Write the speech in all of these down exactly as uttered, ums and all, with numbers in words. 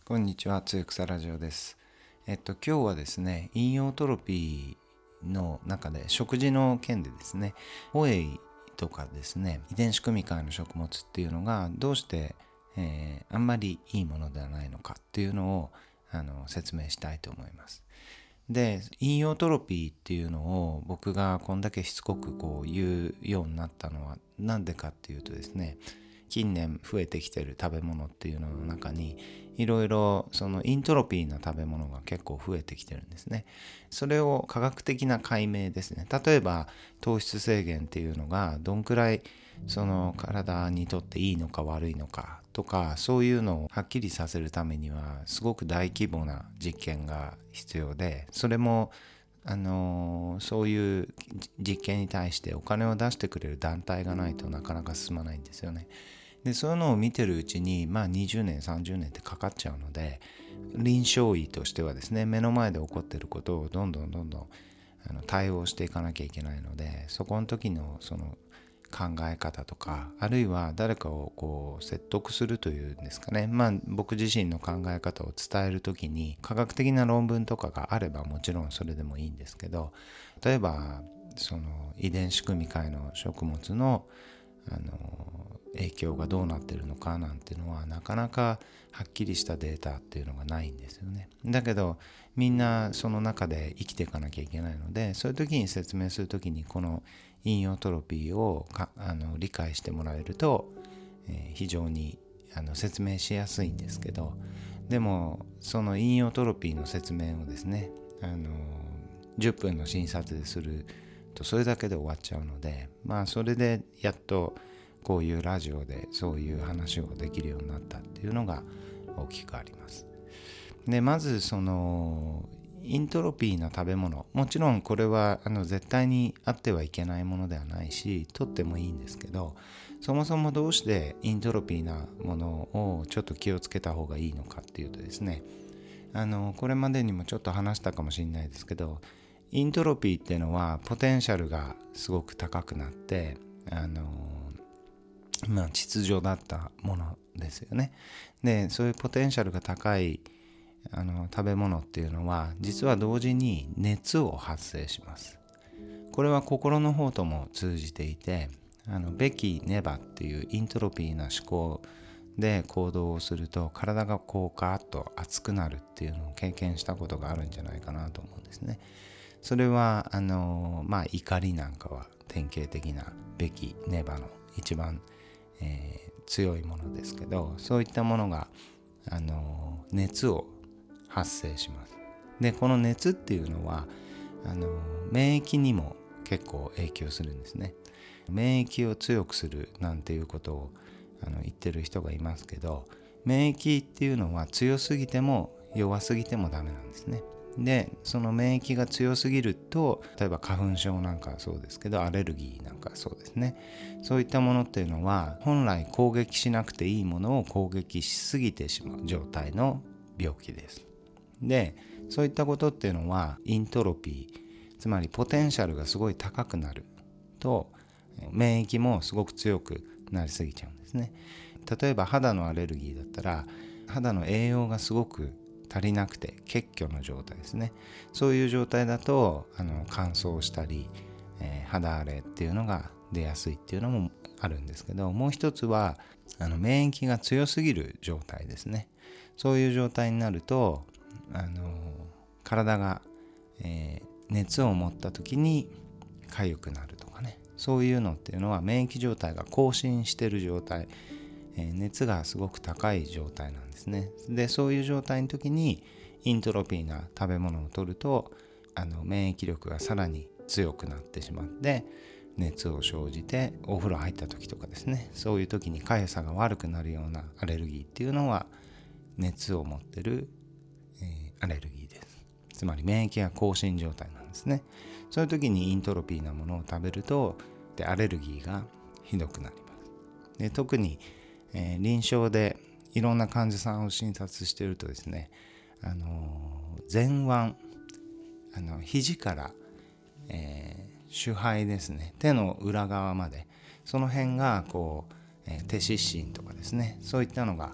こんにちは、つゆくさラジオです。えっと、今日はですね、陰陽トロピーの中で食事の件でですね、ホエイとかですね、遺伝子組み換えの食物っていうのがどうして、えー、あんまりいいものではないのかっていうのをあの説明したいと思います。で、陰陽トロピーっていうのを僕がこんだけしつこくこう言うようになったのはなんでかっていうとですね、近年増えてきてる食べ物っていうのの中にいろいろそのイントロピーな食べ物が結構増えてきてるんですね。それを科学的な解明ですね。例えば糖質制限っていうのがどんくらいその体にとっていいのか悪いのかとか、そういうのをはっきりさせるためにはすごく大規模な実験が必要で、それもあのーそういう実験に対してお金を出してくれる団体がないとなかなか進まないんですよね。でそういうのを見てるうちにまあにじゅうねんさんじゅうねんってかかっちゃうので、臨床医としてはですね、目の前で起こっていることをどんどんどんどんあの対応していかなきゃいけないので、そこの時のその考え方とか、あるいは誰かをこう説得するというんですかね、まあ僕自身の考え方を伝える時に科学的な論文とかがあればもちろんそれでもいいんですけど、例えばその遺伝子組み換えの食物のあの影響がどうなってるのかなんていうのはなかなかはっきりしたデータっていうのがないんですよね。だけどみんなその中で生きていかなきゃいけないので、そういう時に説明する時にこの陰陽トロピーをかあの理解してもらえると、えー非常にあの説明しやすいんですけど、でもその陰陽トロピーの説明をですね、あのじゅっぷんの診察でするとそれだけで終わっちゃうので、まあそれでやっとこういうラジオでそういう話をできるようになったっていうのが大きくあります。でまずそのイントロピーな食べ物、もちろんこれはあの絶対にあってはいけないものではないし、とってもいいんですけど、そもそもどうしてイントロピーなものをちょっと気をつけた方がいいのかっていうとですね、あのこれまでにもちょっと話したかもしれないですけど、イントロピーっていうのはポテンシャルがすごく高くなって、あのまあ秩序だったものですよね。でそういうポテンシャルが高いあの食べ物っていうのは実は同時に熱を発生します。これは心の方とも通じていて、あのべきねばっていうイントロピーな思考で行動をすると体がこうガーッと熱くなるっていうのを経験したことがあるんじゃないかなと思うんですね。それはあのまあ怒りなんかは典型的なべきねばの一番、えー強いものですけど、そういったものがあの熱を発生します。でこの熱っていうのはあの免疫にも結構影響するんですね。免疫を強くするなんていうことをあの言ってる人がいますけど、免疫っていうのは強すぎても弱すぎてもダメなんですね。でその免疫が強すぎると、例えば花粉症なんかはそうですけど、アレルギーなんかはそうですね、そういったものっていうのは本来攻撃しなくていいものを攻撃しすぎてしまう状態の病気です。でそういったことっていうのはイントロピー、つまりポテンシャルがすごい高くなると免疫もすごく強くなりすぎちゃうんですね。例えば肌のアレルギーだったら肌の栄養がすごく足りなくて血虚の状態ですね。そういう状態だとあの乾燥したり、えー肌荒れっていうのが出やすいっていうのもあるんですけど、もう一つはあの免疫が強すぎる状態ですね。そういう状態になるとあの体が、えー熱を持った時に痒くなるとかね、そういうのっていうのは免疫状態が更新している状態、えー熱がすごく高い状態なんですね。でそういう状態の時にイントロピーな食べ物を取るとあの免疫力がさらに強くなってしまって熱を生じて、お風呂入った時とかですね、そういう時に痒さが悪くなるようなアレルギーっていうのは熱を持ってる、えーアレルギーです。つまり免疫が更新状態なんですね。そういう時にイントロピーなものを食べるとでアレルギーがひどくなります。で特に、えー臨床でいろんな患者さんを診察しているとですね、あのー前腕、あの肘から、えー手背ですね、手の裏側まで、その辺がこう、えー手湿疹とかですね、そういったのが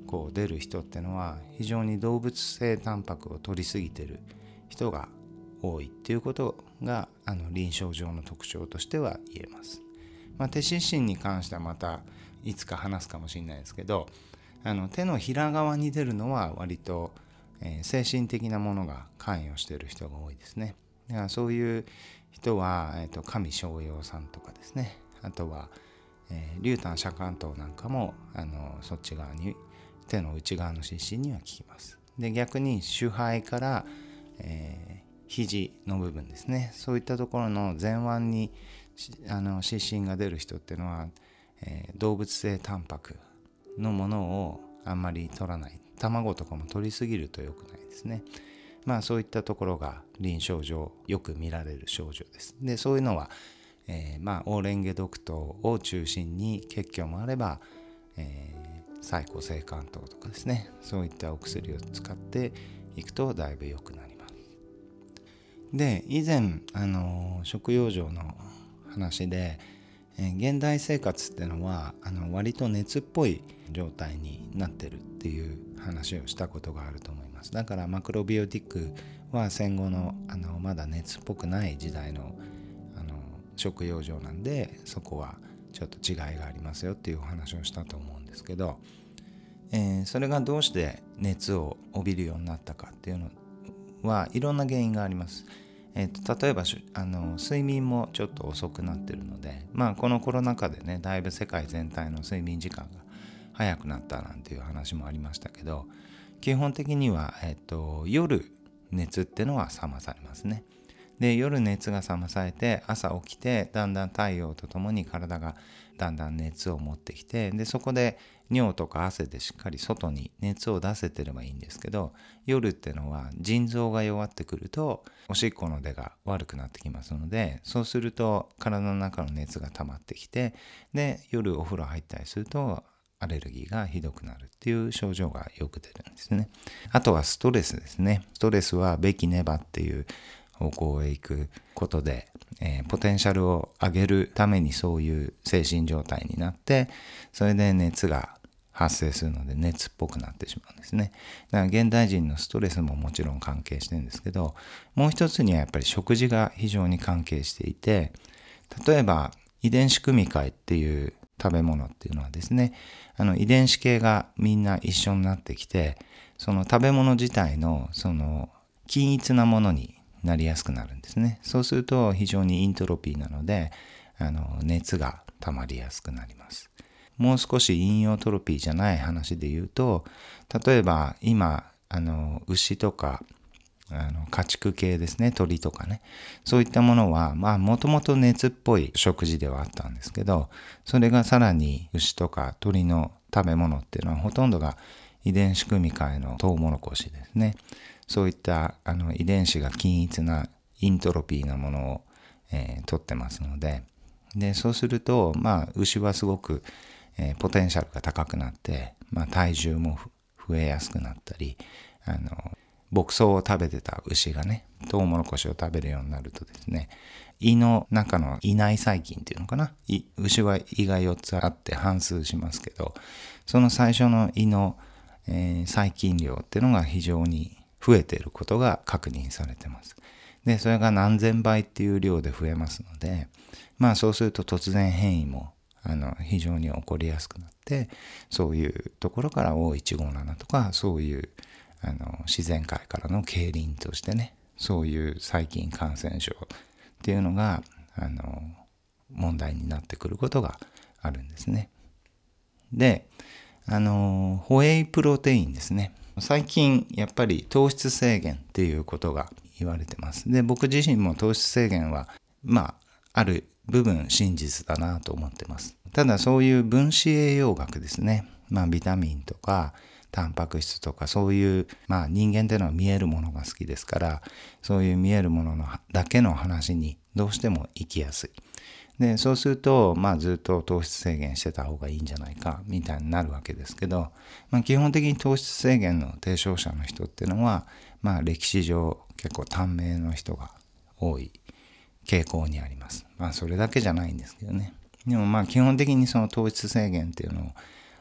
こう出る人ってのは非常に動物性タンパクを取りすぎてる人が多いっていうことがあの臨床上の特徴としては言えます。まあ、手湿疹に関してはまたいつか話すかもしれないですけど、あの手のひら側に出るのは割と、えー、精神的なものが関与している人が多いですね。だからそういう人は、えーと、上昇陽さんとかですね、あとは、えー、竜胆遮関東なんかもあのそっち側に手の内側の湿疹には効きます。で逆に手背から、えー、肘の部分ですね、そういったところの前腕にあの湿疹が出る人っていうのは、えー、動物性タンパクのものをあんまり取らない、卵とかも取りすぎると良くないですね。まあそういったところが臨床上よく見られる症状です。でそういうのは、えー、まあオーレンゲ毒糖を中心に血虚もあれば、えー、細胞性関糖とかですね、そういったお薬を使っていくとだいぶ良くなります。で以前あの食用上の話で、えー、現代生活ってのはあの割と熱っぽい状態になってるっていう話をしたことがあると思います。だからマクロビオティックは戦後の、あのまだ熱っぽくない時代の、あの食用上なんで、そこはちょっと違いがありますよっていうお話をしたと思うんですけど、えー、それがどうして熱を帯びるようになったかっていうのはいろんな原因があります。えー、と例えばあの睡眠もちょっと遅くなってるので、まあこのコロナ禍でね、だいぶ世界全体の睡眠時間が早くなったなんていう話もありましたけど、基本的には、えー、と夜熱ってのは冷まされますね。で夜熱が冷まされて朝起きて、だんだん太陽とともに体がだんだん熱を持ってきて、でそこで尿とか汗でしっかり外に熱を出せてればいいんですけど、夜ってのは腎臓が弱ってくるとおしっこの出が悪くなってきますので、そうすると体の中の熱が溜まってきて、で夜お風呂入ったりするとアレルギーがひどくなるっていう症状がよく出るんですね。あとはストレスですね。ストレスはべきねばっていう方向へ行くことで、えー、ポテンシャルを上げるためにそういう精神状態になって、それで熱が発生するので熱っぽくなってしまうんですね。だから現代人のストレスももちろん関係してるんですけど、もう一つにはやっぱり食事が非常に関係していて、例えば遺伝子組み換えっていう食べ物っていうのはですね、あの遺伝子系がみんな一緒になってきて、その食べ物自体のその均一なものになりやすくなるんですね。そうすると非常にイントロピーなので、あの熱が溜まりやすくなります。もう少し陰陽トロピーじゃない話で言うと、例えば今あの牛とかあの家畜系ですね、鳥とかね、そういったものはまあもともと熱っぽい食事ではあったんですけど、それがさらに牛とか鳥の食べ物っていうのはほとんどが遺伝子組み換えのトウモロコシですね。そういったあの遺伝子が均一なイントロピーなものを、えー、取ってますので、でそうするとまあ牛はすごく、えー、ポテンシャルが高くなって、まあ、体重も増えやすくなったり、あの牧草を食べてた牛がね、トウモロコシを食べるようになるとですね、胃の中の胃内細菌っていうのかな、牛は胃がよっつあって反数しますけど、その最初の胃の、えー、細菌量っていうのが非常に増えていることが確認されてます。でそれが何千倍っていう量で増えますので、まあそうすると突然変異もあの非常に起こりやすくなって、そういうところから オーいちごーなな とか、そういうあの自然界からの競輪としてね、そういう細菌感染症っていうのがあの問題になってくることがあるんですね。であのホエイプロテインですね。最近やっぱり糖質制限っていうことが言われてます。で僕自身も糖質制限はまあある部分真実だなと思ってます。ただそういう分子栄養学ですね、まあビタミンとかタンパク質とか、そういうまあ人間っていうのは見えるものが好きですから、そういう見えるもののだけの話にどうしても行きやすい。でそうするとまあずっと糖質制限してた方がいいんじゃないかみたいになるわけですけど、まあ、基本的に糖質制限の提唱者の人っていうのはまあ歴史上結構短命の人が多い傾向にあります。まあそれだけじゃないんですけどね。でもまあ基本的にその糖質制限っていうのを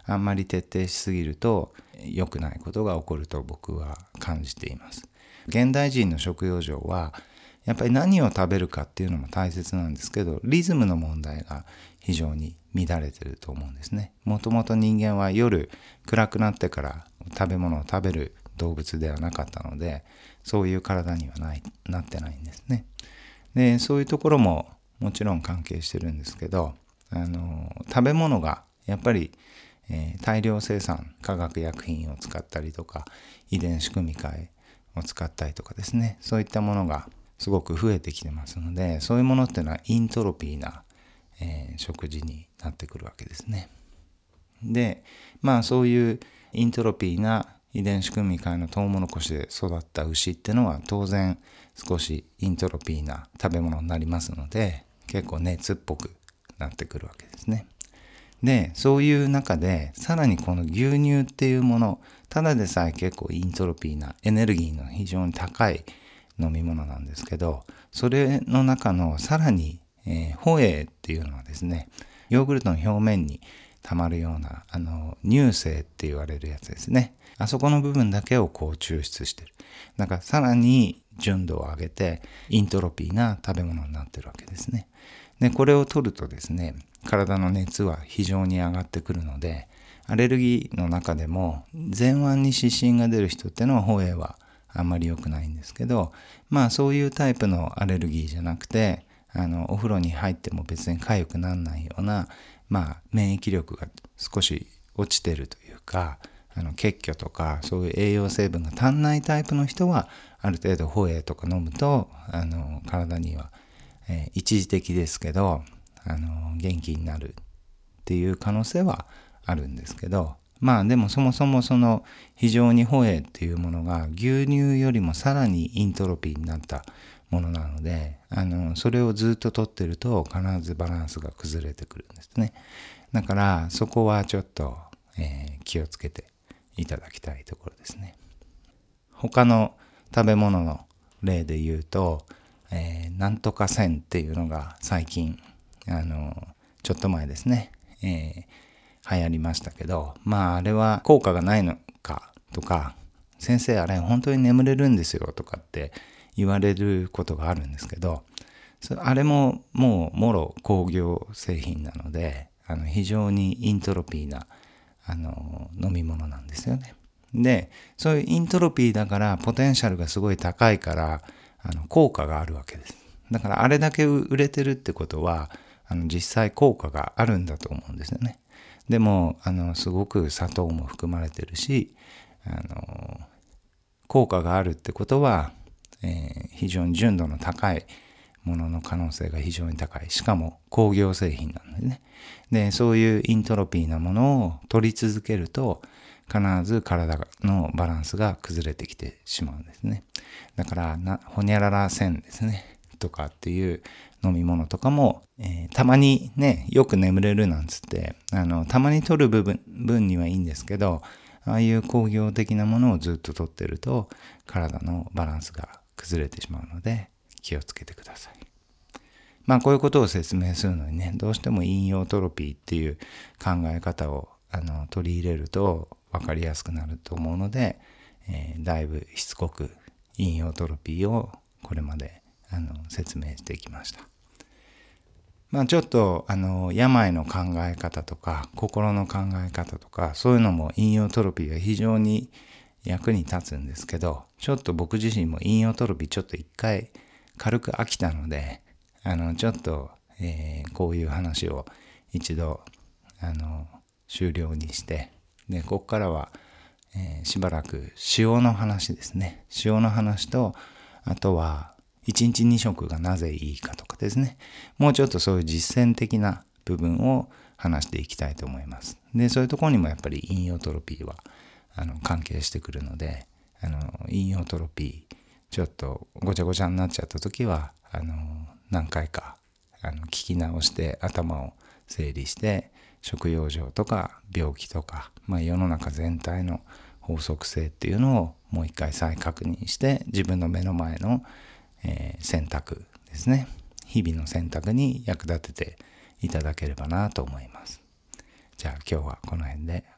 あんまり徹底しすぎると良くないことが起こると僕は感じています。現代人の食用上はやっぱり何を食べるかっていうのも大切なんですけど、リズムの問題が非常に乱れてると思うんですね。もともと人間は夜暗くなってから食べ物を食べる動物ではなかったので、そういう体にはないなってないんですね。で、そういうところももちろん関係してるんですけど、あの食べ物がやっぱり、えー、大量生産化学薬品を使ったりとか遺伝子組み換えを使ったりとかですね、そういったものがすごく増えてきてますので、そういうものっていうのはイントロピーな、えー、食事になってくるわけですね。で、まあそういうイントロピーな遺伝子組み換えのトウモロコシで育った牛っていうのは当然少しイントロピーな食べ物になりますので、結構熱っぽくなってくるわけですね。で、そういう中でさらにこの牛乳っていうもの、ただでさえ結構イントロピーなエネルギーの非常に高い飲み物なんですけど、それの中のさらに、えー、ホエーっていうのはですね、ヨーグルトの表面にたまるようなあの乳清って言われるやつですね。あそこの部分だけをこう抽出してる。だからさらに純度を上げてイントロピーな食べ物になってるわけですね。で、これを取るとですね、体の熱は非常に上がってくるので、アレルギーの中でも前腕に湿疹が出る人っていうのはホエーはあんまり良くないんですけど、まあそういうタイプのアレルギーじゃなくて、あのお風呂に入っても別に痒くならないような、まあ免疫力が少し落ちてるというか、あの血虚とかそういう栄養成分が足んないタイプの人はある程度ホエーとか飲むとあの体には、えー、一時的ですけどあの元気になるっていう可能性はあるんですけど、まあでもそもそもその非常にホエーっていうものが牛乳よりもさらにイントロピーになったものなので、あのそれをずっと取ってると必ずバランスが崩れてくるんですね。だからそこはちょっと、えー、気をつけていただきたいところですね。他の食べ物の例で言うと、えー、なんとか線っていうのが最近あのちょっと前ですね、えー、流行りましたけど、まああれは効果がないのかとか、先生あれ本当に眠れるんですよとかって言われることがあるんですけど、あれももうもろ工業製品なので、あの非常にイントロピーなあの飲み物なんですよね。で、そういうイントロピーだからポテンシャルがすごい高いからあの効果があるわけです。だからあれだけ売れてるってことはあの実際効果があるんだと思うんですよね。でもあのすごく砂糖も含まれてるし、あの効果があるってことは、えー、非常に純度の高いものの可能性が非常に高い。しかも工業製品なのでね。で、そういうイントロピーなものを取り続けると必ず体のバランスが崩れてきてしまうんですね。だからなホニャララ線ですねとかっていう飲み物とかも、えー、たまにねよく眠れるなんつってあのたまに取る部分分にはいいんですけど、ああいう工業的なものをずっと取ってると体のバランスが崩れてしまうので気をつけてください。まあこういうことを説明するのにね、どうしても陰陽トロピーっていう考え方をあの取り入れると分かりやすくなると思うので、えー、だいぶしつこく陰陽トロピーをこれまであの説明してきました。まあちょっとあの病の考え方とか心の考え方とかそういうのも陰陽トロピーは非常に役に立つんですけど、ちょっと僕自身も陰陽トロピーちょっと一回軽く飽きたので、あのちょっと、えー、こういう話を一度あの終了にして、でここからは、えー、しばらく塩の話ですね。塩の話と、あとはいちにちに食がなぜいいかとかですね。もうちょっとそういう実践的な部分を話していきたいと思います。で、そういうところにもやっぱり陰陽トロピーはあの関係してくるので、あの陰陽トロピーちょっとごちゃごちゃになっちゃった時はあの何回かあの聞き直して頭を整理して、食用上とか病気とか、まあ、世の中全体の法則性っていうのをもう一回再確認して、自分の目の前の、えー、選択ですね、日々の選択に役立てていただければなと思います。じゃあ今日はこの辺で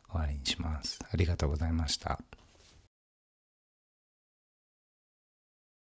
終わりにします。ありがとうございました。